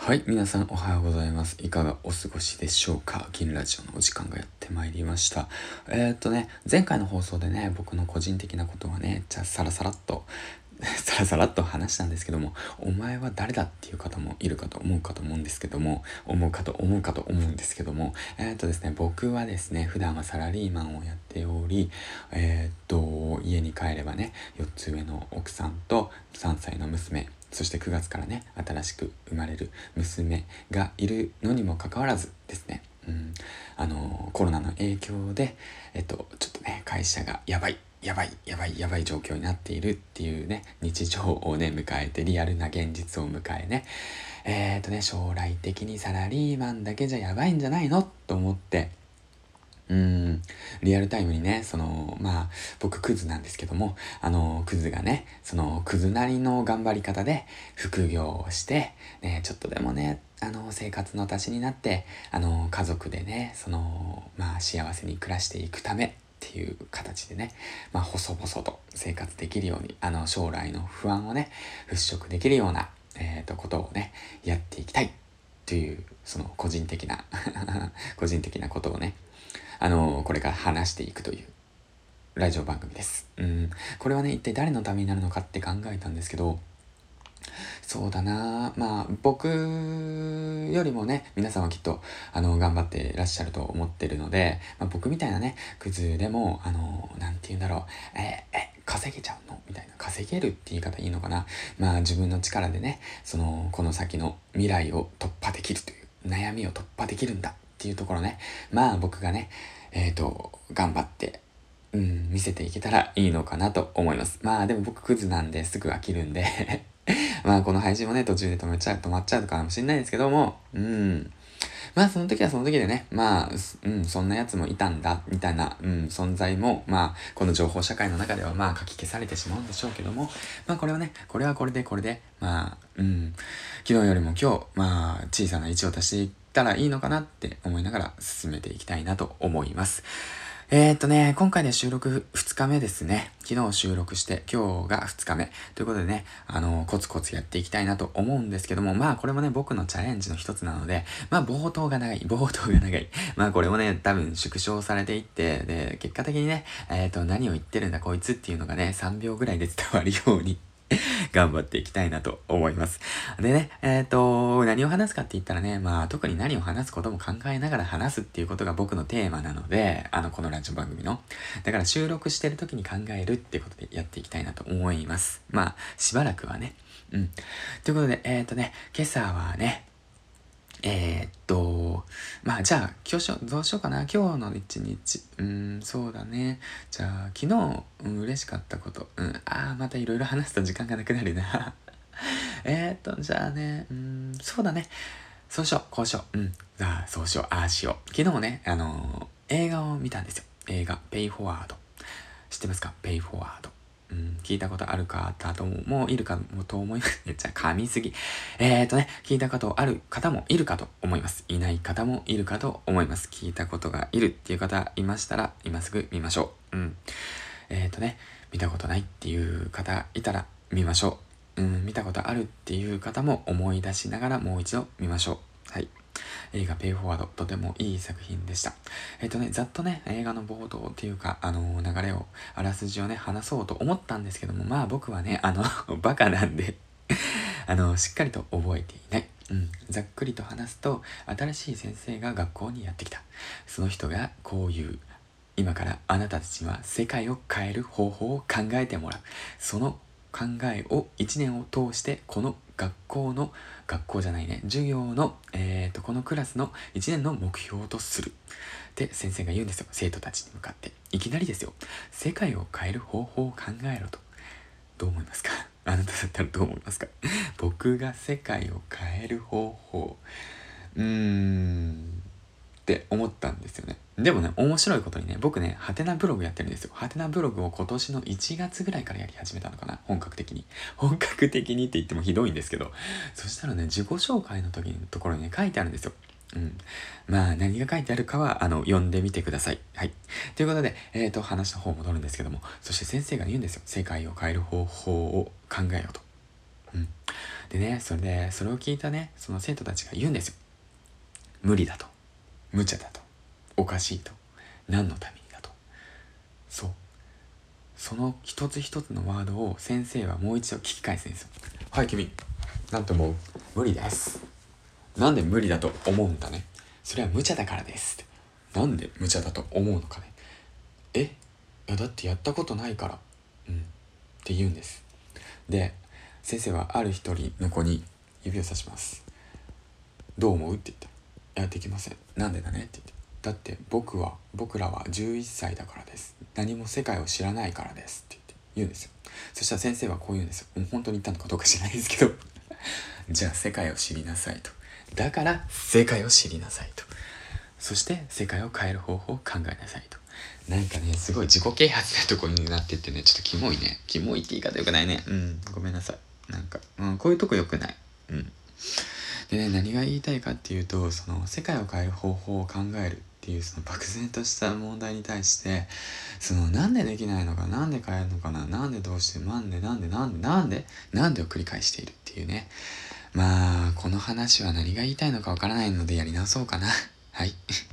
はい、皆さんおはようございます。いかがお過ごしでしょうか。銀ラジオのお時間がやってまいりました。前回の放送でね、僕の個人的なことはね、さらさらっとさらさらっと話したんですけども、お前は誰だっていう方もいるかと思うかと思うんですけども、ですね、僕はですね、普段はサラリーマンをやっており、家に帰ればね、4つ上の奥さんと3歳の娘、そして9月からね、新しく生まれる娘がいるのにもかかわらずですね、コロナの影響で、ちょっとね、会社がやばい状況になっているっていうね、日常をね、迎えて、リアルな現実を迎えね、将来的にサラリーマンだけじゃやばいんじゃないのと思って、リアルタイムにね、僕クズなんですけども、クズがね、クズなりの頑張り方で副業をして、ね、ちょっとでもね、生活の足しになって、家族でね、幸せに暮らしていくためっていう形でね、細々と生活できるように、将来の不安をね、払拭できるような、ことをね、やっていきたいという、個人的な個人的なことをね、これから話していくというラジオ番組です。これはね、一体誰のためになるのかって考えたんですけど、そうだな僕よりもね、皆さんはきっと、頑張ってらっしゃると思ってるので、僕みたいなね、クズでも、なんて言うんだろう、稼げちゃうのみたいな。稼げるって言い方いいのかな。自分の力でね、この先の未来を突破できるという、悩みを突破できるんだっていうところね、僕がね、頑張って、見せていけたらいいのかなと思います。でも僕クズなんですぐ飽きるんでこの配信もね、途中で止まっちゃうかもしれないですけども、その時はその時でね、そんなやつもいたんだ、みたいな、存在も、この情報社会の中では、書き消されてしまうんでしょうけども、これはね、これで、昨日よりも今日、小さな1を足していったらいいのかなって思いながら進めていきたいなと思います。今回で収録2日目ですね。昨日収録して今日が2日目。ということでね、コツコツやっていきたいなと思うんですけども、これもね、僕のチャレンジの一つなので、冒頭が長い。これもね、多分縮小されていって、で、結果的にね、何を言ってるんだこいつっていうのがね、3秒ぐらいで伝わるように頑張っていきたいなと思います。でね、何を話すかって言ったらね、特に何を話すことも考えながら話すっていうことが僕のテーマなので、このラジオ番組の。だから収録してる時に考えるってことでやっていきたいなと思います。しばらくはね。ということで、今朝はね、じゃあ、どうしようかな。今日の一日。そうだね。じゃあ、昨日、嬉しかったこと。またいろいろ話すと時間がなくなるな。じゃあね、そうだね。そうしよう、こうしよう。そうしよう、ああしよう。昨日ね、映画を見たんですよ。映画、ペイフォワード。知ってますか？ペイフォワード。聞いたことある方もいるかもと思います。じゃあ噛みすぎ。聞いたことある方もいるかと思います。いない方もいるかと思います。聞いたことがいるっていう方いましたら、今すぐ見ましょう。見たことないっていう方いたら見ましょう。見たことあるっていう方も思い出しながらもう一度見ましょう。はい。映画ペイフォワード、とてもいい作品でした。ざっとね、映画の冒頭っていうか、流れを、あらすじをね、話そうと思ったんですけども、僕はね、バカなんでしっかりと覚えていない。ざっくりと話すと、新しい先生が学校にやってきた。その人がこういう、今からあなたたちには世界を変える方法を考えてもらう。その考えを1年を通してこの授業の、このクラスの1年の目標とする。って先生が言うんですよ。生徒たちに向かって。いきなりですよ。世界を変える方法を考えろと。どう思いますか？あなただったらどう思いますか？僕が世界を変える方法。って思ったんですよね。でもね、面白いことにね、僕ね、ハテナブログやってるんですよ。ハテナブログを今年の1月ぐらいからやり始めたのかな、本格的に。本格的にって言ってもひどいんですけど、そしたらね、自己紹介の時のところにね、書いてあるんですよ。何が書いてあるかは、読んでみてください。はい。ということで、話の方戻るんですけども、そして先生が言うんですよ。世界を変える方法を考えようと。 でね、それを聞いたね、その生徒たちが言うんですよ。無理だと。無茶だと。おかしいと。何のためにだと。そう。その一つ一つのワードを先生はもう一度聞き返すんですよ。はい、君。なんと思う？無理です。なんで無理だと思うんだね。それは無茶だからですって。なんで無茶だと思うのかね。いやだってやったことないから。って言うんです。で、先生はある一人の子に指をさします。どう思うって言って。いや、できません。なんでだねって言って。だって僕らは11歳だからです。何も世界を知らないからですって言うんですよ。そしたら先生はこう言うんですよ。もう本当に言ったのかどうか知らないですけどじゃあ世界を知りなさいと。だから世界を知りなさいと。そして世界を変える方法を考えなさいと。なんかね、すごい自己啓発なとこになってってね、ちょっとキモいね。キモいって言い方よくないね。ごめんなさい。なんか、こういうとこよくない。でね、何が言いたいかっていうと、その世界を変える方法を考えるっていうその漠然とした問題に対して、そのなんでできないのか、なんで変えるのかな、なんでどうして、なんでを繰り返しているっていうね。まあ、この話は何が言いたいのかわからないのでやり直そうかな。はい。